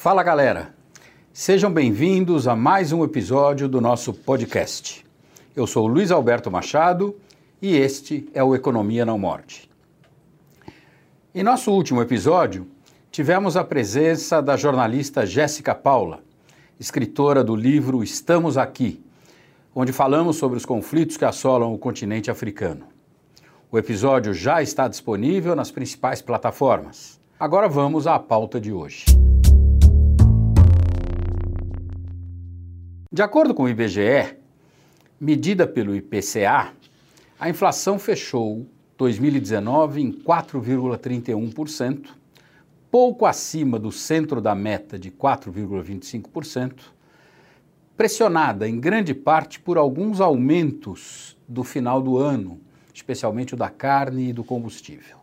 Fala galera, sejam bem-vindos a mais um episódio do nosso podcast. Eu sou o Luiz Alberto Machado e este é o Economia Não Morde. Em nosso último episódio, tivemos a presença da jornalista Jéssica Paula, escritora do livro Estamos Aqui, onde falamos sobre os conflitos que assolam o continente africano. O episódio já está disponível nas principais plataformas. Agora vamos à pauta de hoje. De acordo com o IBGE, medida pelo IPCA, a inflação fechou 2019 em 4,31%, pouco acima do centro da meta de 4,25%, pressionada em grande parte por alguns aumentos do final do ano, especialmente o da carne e do combustível.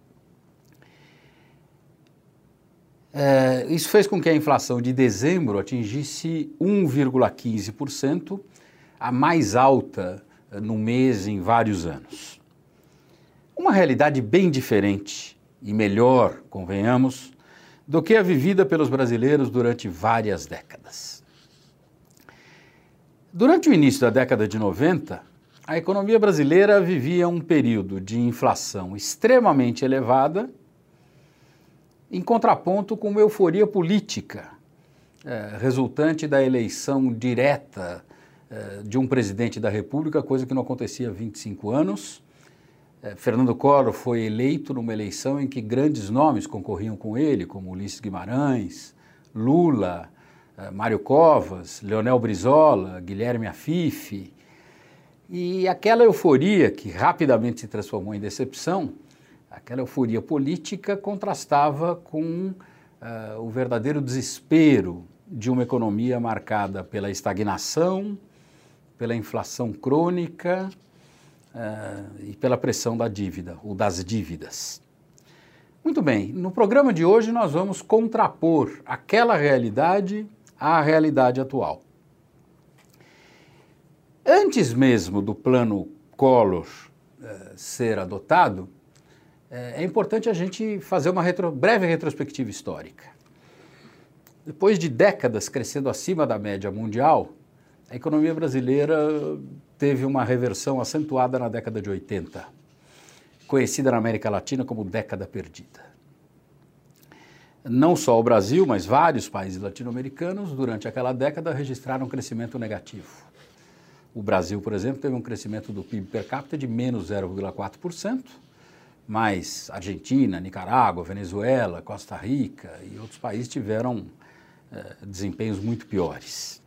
Isso fez com que a inflação de dezembro atingisse 1,15%, a mais alta no mês em vários anos. Uma realidade bem diferente e melhor, convenhamos, do que a vivida pelos brasileiros durante várias décadas. Durante o início da década de 90, a economia brasileira vivia um período de inflação extremamente elevada, em contraponto com uma euforia política, resultante da eleição direta de um presidente da República, coisa que não acontecia há 25 anos. Fernando Collor foi eleito numa eleição em que grandes nomes concorriam com ele, como Ulisses Guimarães, Lula, Mário Covas, Leonel Brizola, Guilherme Afif. E aquela euforia que rapidamente se transformou em decepção, aquela euforia política contrastava com o verdadeiro desespero de uma economia marcada pela estagnação, pela inflação crônica e pela pressão da dívida, ou das dívidas. Muito bem, no programa de hoje nós vamos contrapor aquela realidade à realidade atual. Antes mesmo do plano Collor ser adotado, é importante a gente fazer uma breve retrospectiva histórica. Depois de décadas crescendo acima da média mundial, a economia brasileira teve uma reversão acentuada na década de 80, conhecida na América Latina como década perdida. Não só o Brasil, mas vários países latino-americanos, durante aquela década, registraram um crescimento negativo. O Brasil, por exemplo, teve um crescimento do PIB per capita de menos 0,4%, mas Argentina, Nicarágua, Venezuela, Costa Rica e outros países tiveram desempenhos muito piores.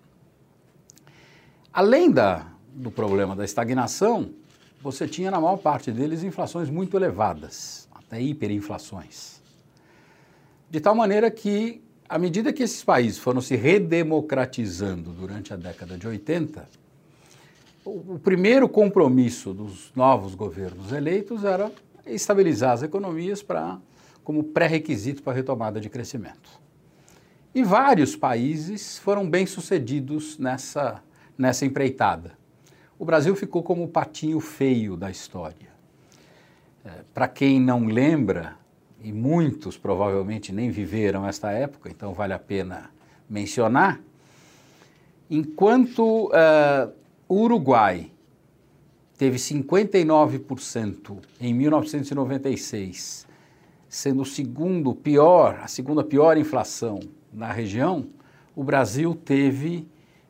Além do problema da estagnação, você tinha na maior parte deles inflações muito elevadas, até hiperinflações. De tal maneira que, à medida que esses países foram se redemocratizando durante a década de 80, o primeiro compromisso dos novos governos eleitos era estabilizar as economias como pré-requisito para a retomada de crescimento. E vários países foram bem-sucedidos nessa empreitada. O Brasil ficou como o patinho feio da história. Para quem não lembra, e muitos provavelmente nem viveram esta época, então vale a pena mencionar, enquanto o Uruguai teve 59% em 1996, sendo a segunda pior inflação na região, o Brasil teve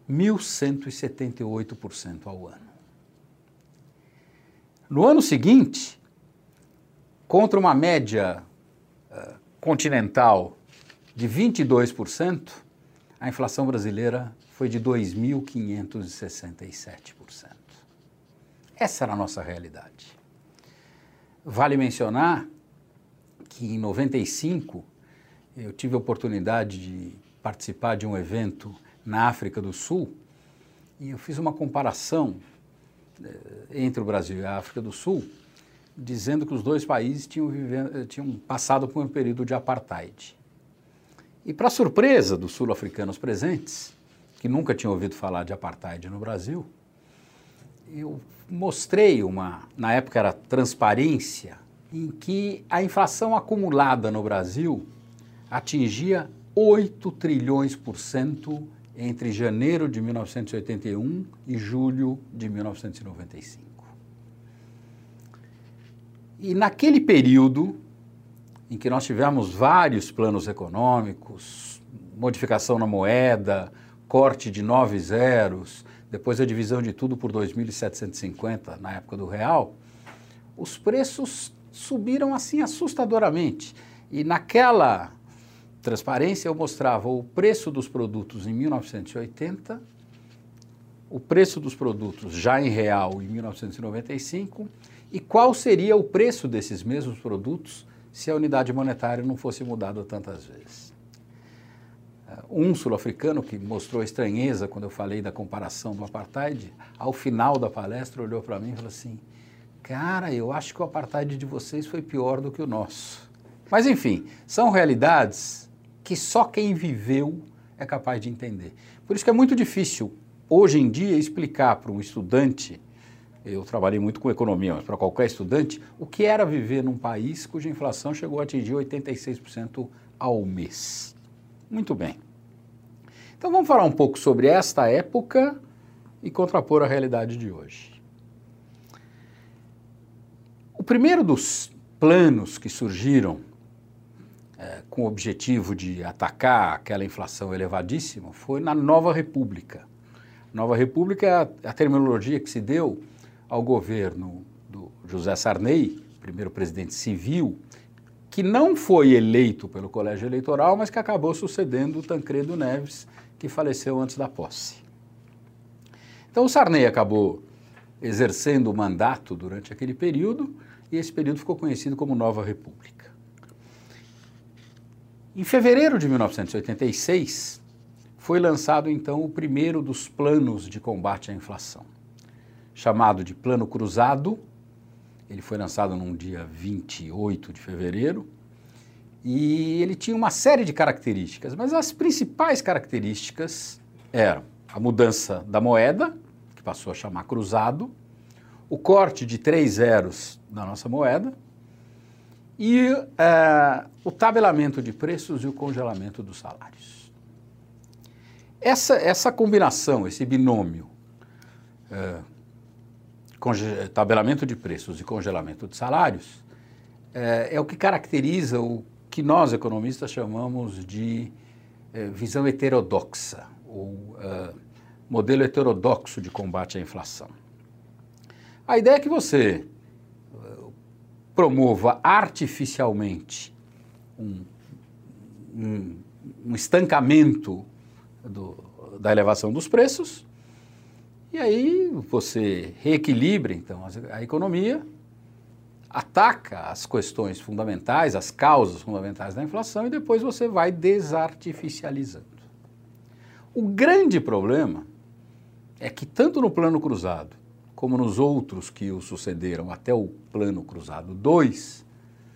1.178% ao ano. No ano seguinte, contra uma média continental de 22%, a inflação brasileira foi de 2.567%. Essa era a nossa realidade. Vale mencionar que em 95 eu tive a oportunidade de participar de um evento na África do Sul e eu fiz uma comparação entre o Brasil e a África do Sul, dizendo que os dois países tinham passado por um período de apartheid. E para surpresa dos sul-africanos presentes, que nunca tinham ouvido falar de apartheid no Brasil, eu mostrei na época era transparência, em que a inflação acumulada no Brasil atingia 8 trilhões por cento entre janeiro de 1981 e julho de 1995. E naquele período em que nós tivemos vários planos econômicos, modificação na moeda, corte de 9 zeros, depois a divisão de tudo por 2.750 na época do real, os preços subiram assim assustadoramente. E naquela transparência eu mostrava o preço dos produtos em 1980, o preço dos produtos já em real em 1995 e qual seria o preço desses mesmos produtos se a unidade monetária não fosse mudada tantas vezes. Um sul-africano que mostrou estranheza quando eu falei da comparação do apartheid, ao final da palestra olhou para mim e falou assim: cara, eu acho que o apartheid de vocês foi pior do que o nosso. Mas enfim, são realidades que só quem viveu é capaz de entender. Por isso que é muito difícil, hoje em dia, explicar para um estudante, eu trabalhei muito com economia, mas para qualquer estudante, o que era viver num país cuja inflação chegou a atingir 86% ao mês. Muito bem. Então vamos falar um pouco sobre esta época e contrapor a realidade de hoje. O primeiro dos planos que surgiram com o objetivo de atacar aquela inflação elevadíssima foi na Nova República. Nova República é a terminologia que se deu ao governo do José Sarney, primeiro presidente civil, que não foi eleito pelo colégio eleitoral, mas que acabou sucedendo o Tancredo Neves, que faleceu antes da posse. Então o Sarney acabou exercendo o mandato durante aquele período, e esse período ficou conhecido como Nova República. Em fevereiro de 1986, foi lançado então o primeiro dos planos de combate à inflação, chamado de Plano Cruzado. Ele foi lançado num dia 28 de fevereiro e ele tinha uma série de características, mas as principais características eram a mudança da moeda, que passou a chamar cruzado, o corte de 3 zeros na nossa moeda e o tabelamento de preços e o congelamento dos salários. Essa combinação, esse binômio, tabelamento de preços e congelamento de salários, é o que caracteriza o que nós economistas chamamos de visão heterodoxa, ou modelo heterodoxo de combate à inflação. A ideia é que você promova artificialmente um estancamento da elevação dos preços, e aí você reequilibra, então, a economia, ataca as questões fundamentais, as causas fundamentais da inflação, e depois você vai desartificializando. O grande problema é que, tanto no Plano Cruzado, como nos outros que o sucederam até o Plano Cruzado 2,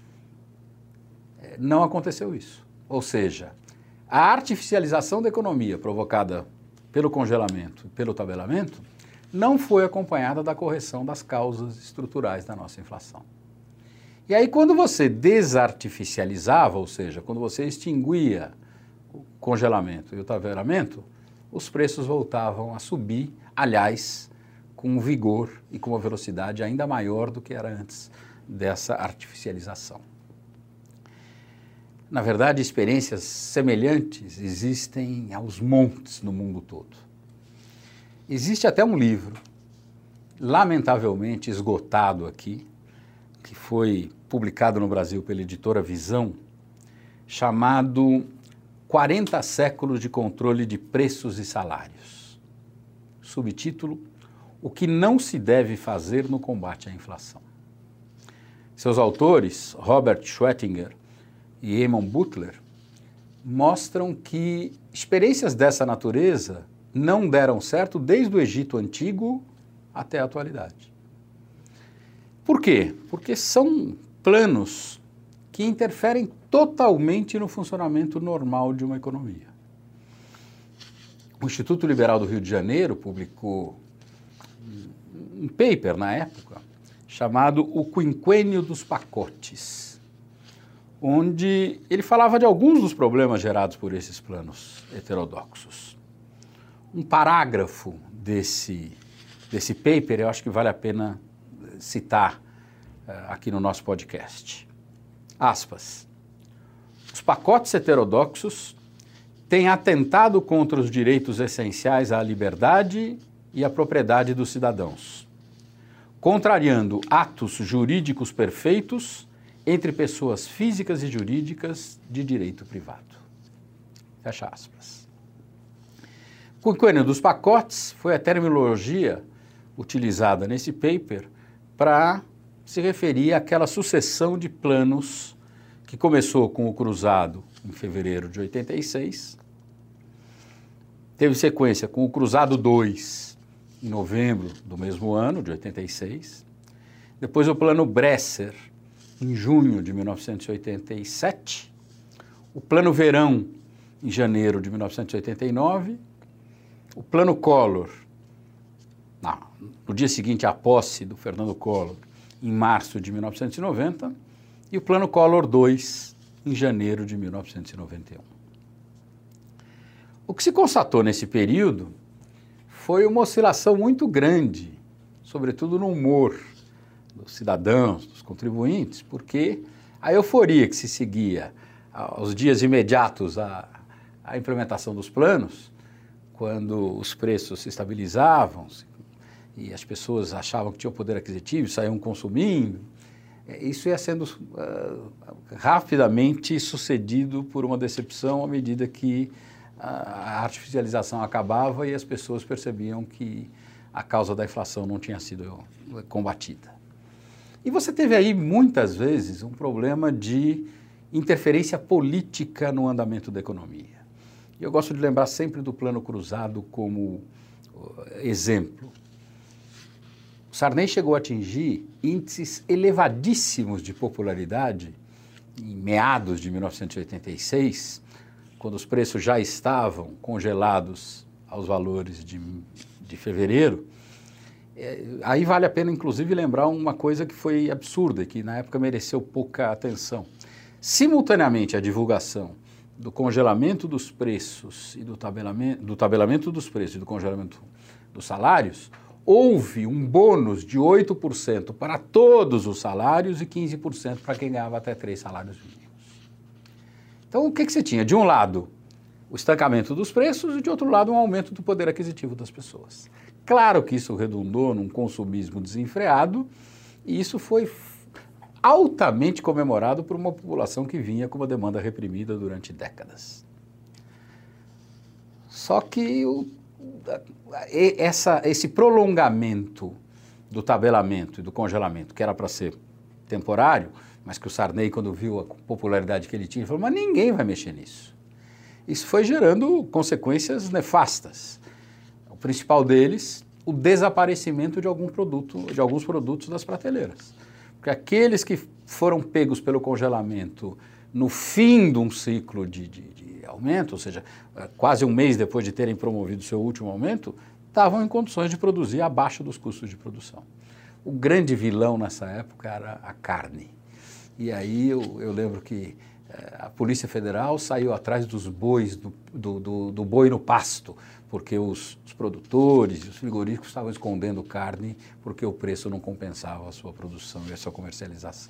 não aconteceu isso. Ou seja, a artificialização da economia provocada pelo congelamento e pelo tabelamento não foi acompanhada da correção das causas estruturais da nossa inflação. E aí, quando você desartificializava, ou seja, quando você extinguia o congelamento e o tabelamento, os preços voltavam a subir, aliás, com um vigor e com uma velocidade ainda maior do que era antes dessa artificialização. Na verdade, experiências semelhantes existem aos montes no mundo todo. Existe até um livro, lamentavelmente esgotado aqui, que foi publicado no Brasil pela editora Visão, chamado 40 séculos de controle de preços e salários. Subtítulo: O que não se deve fazer no combate à inflação. Seus autores, Robert Schwettinger e Eamon Butler, mostram que experiências dessa natureza não deram certo desde o Egito Antigo até a atualidade. Por quê? Porque são planos que interferem totalmente no funcionamento normal de uma economia. O Instituto Liberal do Rio de Janeiro publicou um paper na época chamado O Quinquênio dos Pacotes. onde ele falava de alguns dos problemas gerados por esses planos heterodoxos. Um parágrafo desse paper eu acho que vale a pena citar aqui no nosso podcast. Aspas. Os pacotes heterodoxos têm atentado contra os direitos essenciais à liberdade e à propriedade dos cidadãos, contrariando atos jurídicos perfeitos entre pessoas físicas e jurídicas de direito privado. Fecha aspas. Quinquênio dos pacotes foi a terminologia utilizada nesse paper para se referir àquela sucessão de planos que começou com o Cruzado em fevereiro de 86, teve sequência com o Cruzado II em novembro do mesmo ano, de 86, depois o Plano Bresser em junho de 1987, o Plano Verão em janeiro de 1989, o Plano Collor, no dia seguinte à posse do Fernando Collor, em março de 1990, e o Plano Collor II, em janeiro de 1991. O que se constatou nesse período foi uma oscilação muito grande, sobretudo no humor dos cidadãos, dos contribuintes, porque a euforia que se seguia aos dias imediatos à implementação dos planos, quando os preços se estabilizavam e as pessoas achavam que tinham poder aquisitivo, saíam consumindo, isso ia sendo rapidamente sucedido por uma decepção à medida que a artificialização acabava e as pessoas percebiam que a causa da inflação não tinha sido combatida. E você teve aí, muitas vezes, um problema de interferência política no andamento da economia. E eu gosto de lembrar sempre do Plano Cruzado como exemplo. Sarney chegou a atingir índices elevadíssimos de popularidade em meados de 1986, quando os preços já estavam congelados aos valores de fevereiro. Aí vale a pena, inclusive, lembrar uma coisa que foi absurda e que na época mereceu pouca atenção. Simultaneamente à divulgação do congelamento dos preços e do tabelamento dos preços e do congelamento dos salários, houve um bônus de 8% para todos os salários e 15% para quem ganhava até 3 salários mínimos. Então, o que você tinha? De um lado, o estancamento dos preços e, de outro lado, um aumento do poder aquisitivo das pessoas. Claro que isso redundou num consumismo desenfreado e isso foi altamente comemorado por uma população que vinha com uma demanda reprimida durante décadas. Só que esse prolongamento do tabelamento e do congelamento, que era para ser temporário, mas que o Sarney, quando viu a popularidade que ele tinha, falou, mas ninguém vai mexer nisso. Isso foi gerando consequências nefastas. O principal deles, o desaparecimento de alguns produtos das prateleiras. Porque aqueles que foram pegos pelo congelamento no fim de um ciclo de aumento, ou seja, quase um mês depois de terem promovido seu último aumento, estavam em condições de produzir abaixo dos custos de produção. O grande vilão nessa época era a carne. E aí eu lembro que a Polícia Federal saiu atrás dos bois, do boi no pasto, porque os produtores e os frigoríficos estavam escondendo carne porque o preço não compensava a sua produção e a sua comercialização.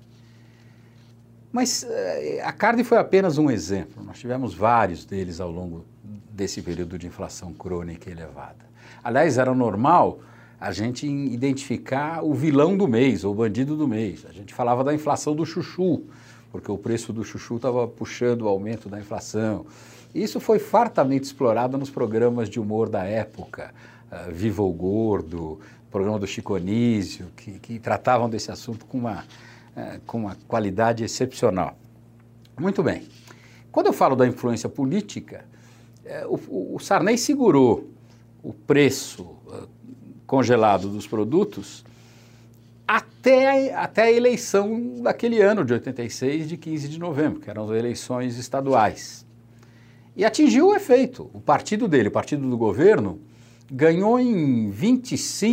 Mas a carne foi apenas um exemplo. Nós tivemos vários deles ao longo desse período de inflação crônica e elevada. Aliás, era normal a gente identificar o vilão do mês, ou o bandido do mês. A gente falava da inflação do chuchu, porque o preço do chuchu estava puxando o aumento da inflação. Isso foi fartamente explorado nos programas de humor da época, Viva o Gordo, programa do Chico Anísio, que tratavam desse assunto com uma qualidade excepcional. Muito bem. Quando eu falo da influência política, o Sarney segurou o preço congelado dos produtos até a eleição daquele ano de 86, de 15 de novembro, que eram as eleições estaduais. E atingiu o efeito. O partido dele, o partido do governo, ganhou em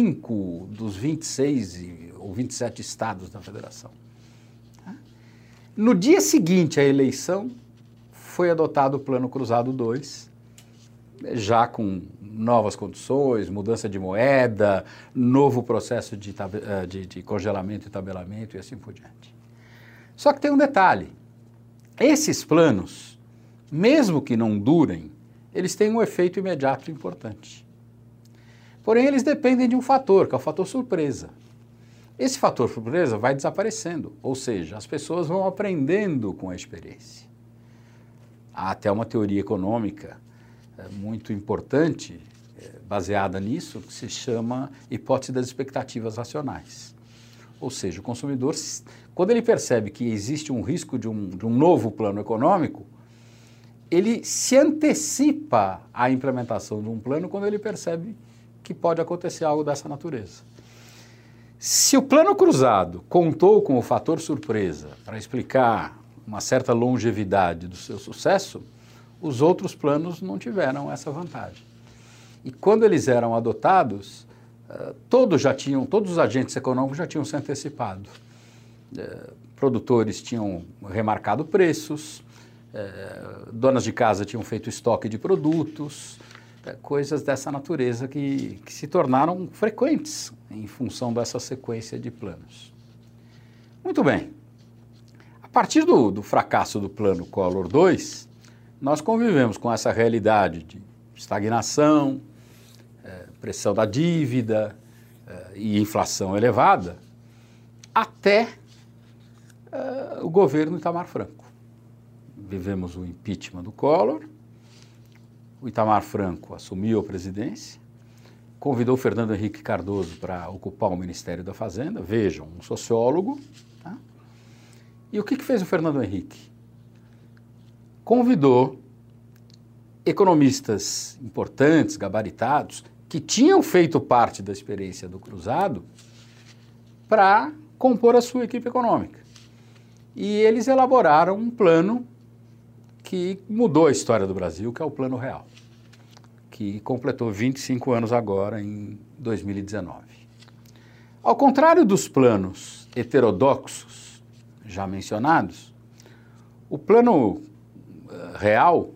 25 dos 26 ou 27 estados da federação. No dia seguinte à eleição, foi adotado o Plano Cruzado 2, já com novas condições, mudança de moeda, novo processo de congelamento e tabelamento e assim por diante. Só que tem um detalhe, esses planos, mesmo que não durem, eles têm um efeito imediato importante. Porém, eles dependem de um fator, que é o fator surpresa. Esse fator surpresa vai desaparecendo, ou seja, as pessoas vão aprendendo com a experiência. Há até uma teoria econômica muito importante, baseada nisso, que se chama hipótese das expectativas racionais. Ou seja, o consumidor, quando ele percebe que existe um risco de um novo plano econômico, ele se antecipa à implementação de um plano quando ele percebe que pode acontecer algo dessa natureza. Se o plano cruzado contou com o fator surpresa para explicar uma certa longevidade do seu sucesso, os outros planos não tiveram essa vantagem. E quando eles eram adotados, todos os agentes econômicos já tinham se antecipado. Produtores tinham remarcado preços, donas de casa tinham feito estoque de produtos, coisas dessa natureza que se tornaram frequentes em função dessa sequência de planos. Muito bem. A partir do fracasso do Plano Collor II, nós convivemos com essa realidade de estagnação, pressão da dívida e inflação elevada, até o governo Itamar Franco. Vivemos o impeachment do Collor, o Itamar Franco assumiu a presidência, convidou Fernando Henrique Cardoso para ocupar o Ministério da Fazenda, vejam, um sociólogo, tá? E o que fez o Fernando Henrique? Convidou economistas importantes, gabaritados, que tinham feito parte da experiência do Cruzado, para compor a sua equipe econômica. E eles elaboraram um plano que mudou a história do Brasil, que é o Plano Real, que completou 25 anos agora, em 2019. Ao contrário dos planos heterodoxos já mencionados, o Plano Real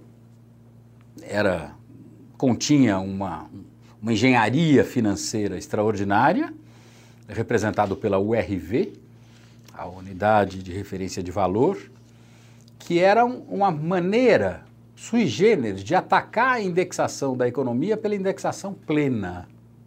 continha uma engenharia financeira extraordinária, representado pela URV, a Unidade de Referência de Valor, que era uma maneira sui generis de atacar a indexação da economia pela indexação plena.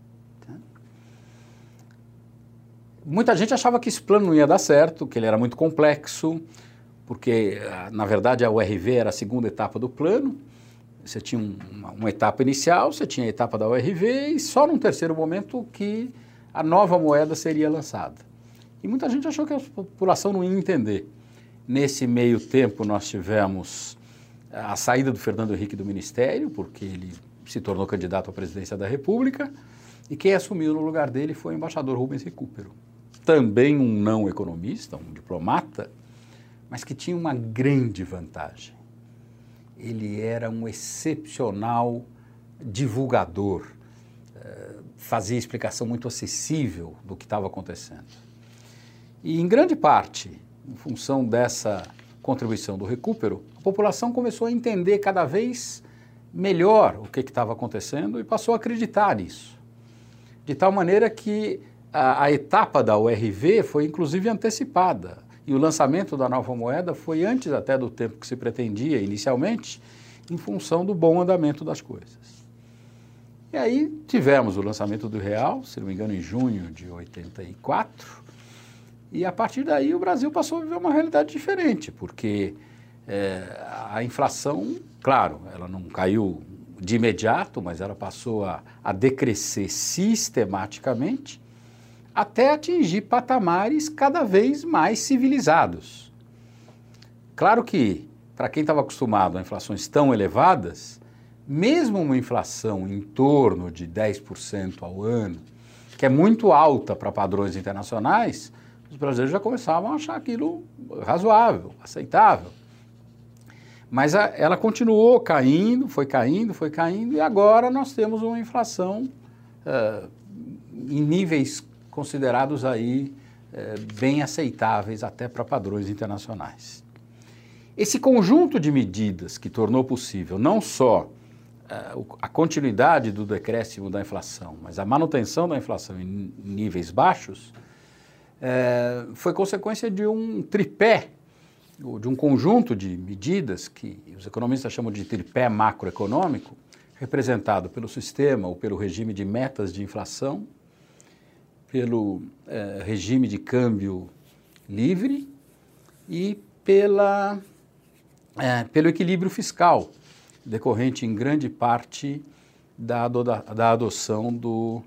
Muita gente achava que esse plano não ia dar certo, que ele era muito complexo, porque, na verdade, a URV era a segunda etapa do plano. Você tinha uma etapa inicial, você tinha a etapa da URV e só num terceiro momento que a nova moeda seria lançada. E muita gente achou que a população não ia entender. Nesse meio tempo, nós tivemos a saída do Fernando Henrique do Ministério, porque ele se tornou candidato à presidência da República, e quem assumiu no lugar dele foi o embaixador Rubens Recupero. Também um não economista, um diplomata, mas que tinha uma grande vantagem. Ele era um excepcional divulgador, fazia explicação muito acessível do que estava acontecendo. E, em grande parte, em função dessa contribuição do Recupero, a população começou a entender cada vez melhor o que estava acontecendo e passou a acreditar nisso. De tal maneira que a etapa da URV foi, inclusive, antecipada. E o lançamento da nova moeda foi antes até do tempo que se pretendia inicialmente, em função do bom andamento das coisas. E aí tivemos o lançamento do real, se não me engano, em junho de 84, e a partir daí o Brasil passou a viver uma realidade diferente, porque a inflação, claro, ela não caiu de imediato, mas ela passou a decrescer sistematicamente, até atingir patamares cada vez mais civilizados. Claro que, para quem estava acostumado a inflações tão elevadas, mesmo uma inflação em torno de 10% ao ano, que é muito alta para padrões internacionais, os brasileiros já começavam a achar aquilo razoável, aceitável. Mas ela continuou caindo, e agora nós temos uma inflação em níveis considerados aí bem aceitáveis até para padrões internacionais. Esse conjunto de medidas que tornou possível não só a continuidade do decréscimo da inflação, mas a manutenção da inflação em níveis baixos, foi consequência de um tripé, de um conjunto de medidas que os economistas chamam de tripé macroeconômico, representado pelo sistema ou pelo regime de metas de inflação, pelo regime de câmbio livre e pelo equilíbrio fiscal, decorrente em grande parte da adoção do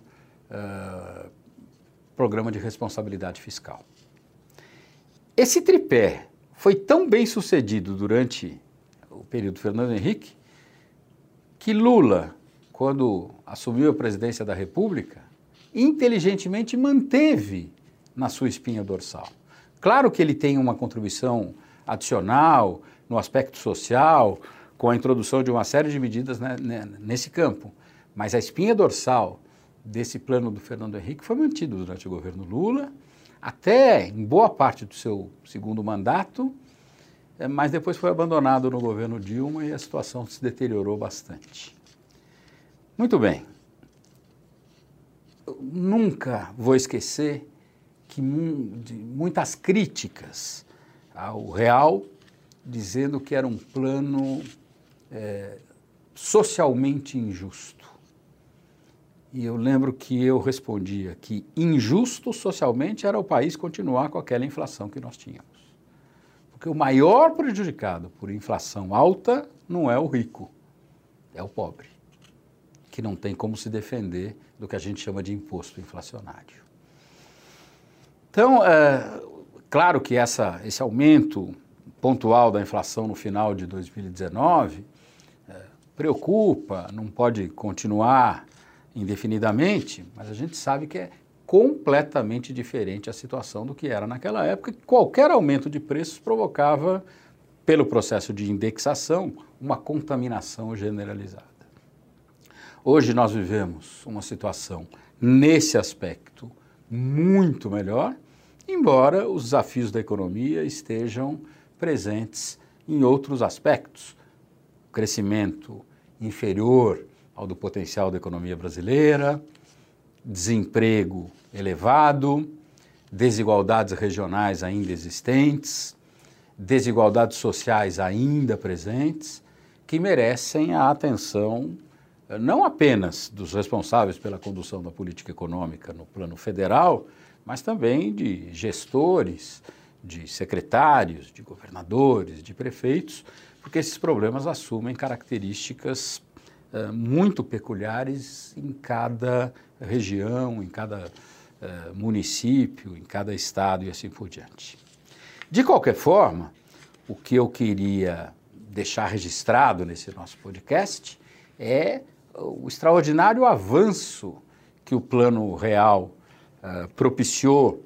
Programa de Responsabilidade Fiscal. Esse tripé foi tão bem sucedido durante o período Fernando Henrique que Lula, quando assumiu a presidência da República, inteligentemente manteve na sua espinha dorsal. Claro que ele tem uma contribuição adicional no aspecto social, com a introdução de uma série de medidas nesse campo, mas a espinha dorsal desse plano do Fernando Henrique foi mantido durante o governo Lula, até em boa parte do seu segundo mandato, mas depois foi abandonado no governo Dilma e a situação se deteriorou bastante. Muito bem. Eu nunca vou esquecer que de muitas críticas ao real, dizendo que era um plano socialmente injusto. E eu lembro que eu respondia que injusto socialmente era o país continuar com aquela inflação que nós tínhamos. Porque o maior prejudicado por inflação alta não é o rico, é o pobre, que não tem como se defender do que a gente chama de imposto inflacionário. Então, claro que esse aumento pontual da inflação no final de 2019 preocupa, não pode continuar indefinidamente, mas a gente sabe que é completamente diferente a situação do que era naquela época, que qualquer aumento de preços provocava, pelo processo de indexação, uma contaminação generalizada. Hoje nós vivemos uma situação, nesse aspecto, muito melhor, embora os desafios da economia estejam presentes em outros aspectos. Crescimento inferior ao do potencial da economia brasileira, desemprego elevado, desigualdades regionais ainda existentes, desigualdades sociais ainda presentes, que merecem a atenção não apenas dos responsáveis pela condução da política econômica no plano federal, mas também de gestores, de secretários, de governadores, de prefeitos, porque esses problemas assumem características muito peculiares em cada região, em cada município, em cada estado e assim por diante. De qualquer forma, o que eu queria deixar registrado nesse nosso podcast é o extraordinário avanço que o Plano Real propiciou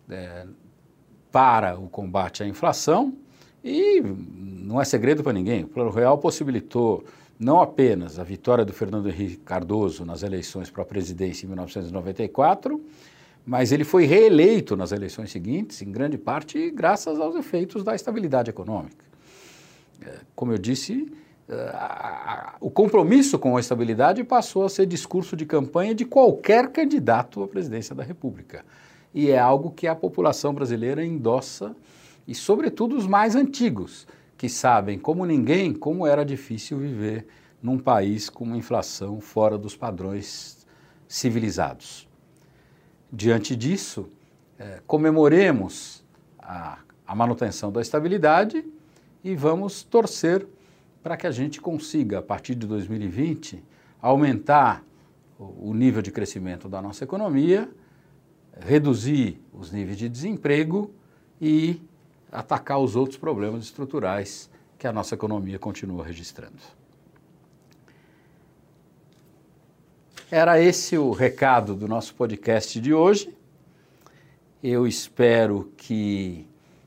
para o combate à inflação e não é segredo para ninguém, o Plano Real possibilitou não apenas a vitória do Fernando Henrique Cardoso nas eleições para a presidência em 1994, mas ele foi reeleito nas eleições seguintes, em grande parte graças aos efeitos da estabilidade econômica. Como eu disse, o compromisso com a estabilidade passou a ser discurso de campanha de qualquer candidato à presidência da República. E é algo que a população brasileira endossa, e sobretudo os mais antigos, que sabem como ninguém como era difícil viver num país com uma inflação fora dos padrões civilizados. Diante disso, comemoremos a manutenção da estabilidade e vamos torcer para que a gente consiga, a partir de 2020, aumentar o nível de crescimento da nossa economia, reduzir os níveis de desemprego e atacar os outros problemas estruturais que a nossa economia continua registrando. Era esse o recado do nosso podcast de hoje. Eu espero que,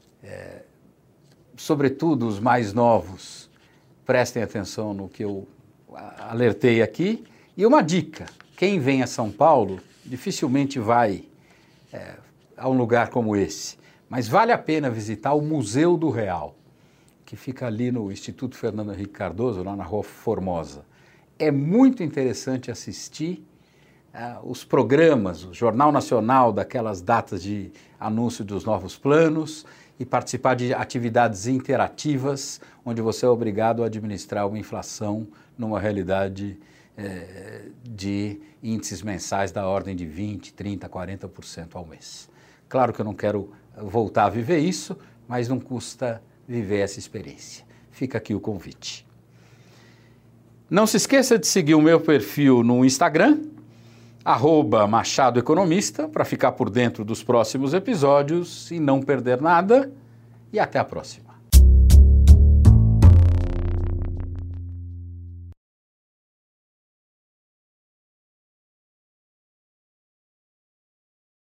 sobretudo os mais novos, prestem atenção no que eu alertei aqui. E uma dica, quem vem a São Paulo dificilmente vai a um lugar como esse, mas vale a pena visitar o Museu do Real, que fica ali no Instituto Fernando Henrique Cardoso, lá na Rua Formosa. É muito interessante assistir os programas, o Jornal Nacional daquelas datas de anúncio dos novos planos e participar de atividades interativas, onde você é obrigado a administrar uma inflação numa realidade de índices mensais da ordem de 20%, 30%, 40% ao mês. Claro que eu não quero voltar a viver isso, mas não custa viver essa experiência. Fica aqui o convite. Não se esqueça de seguir o meu perfil no Instagram, @MachadoEconomista, para ficar por dentro dos próximos episódios e não perder nada. E até a próxima.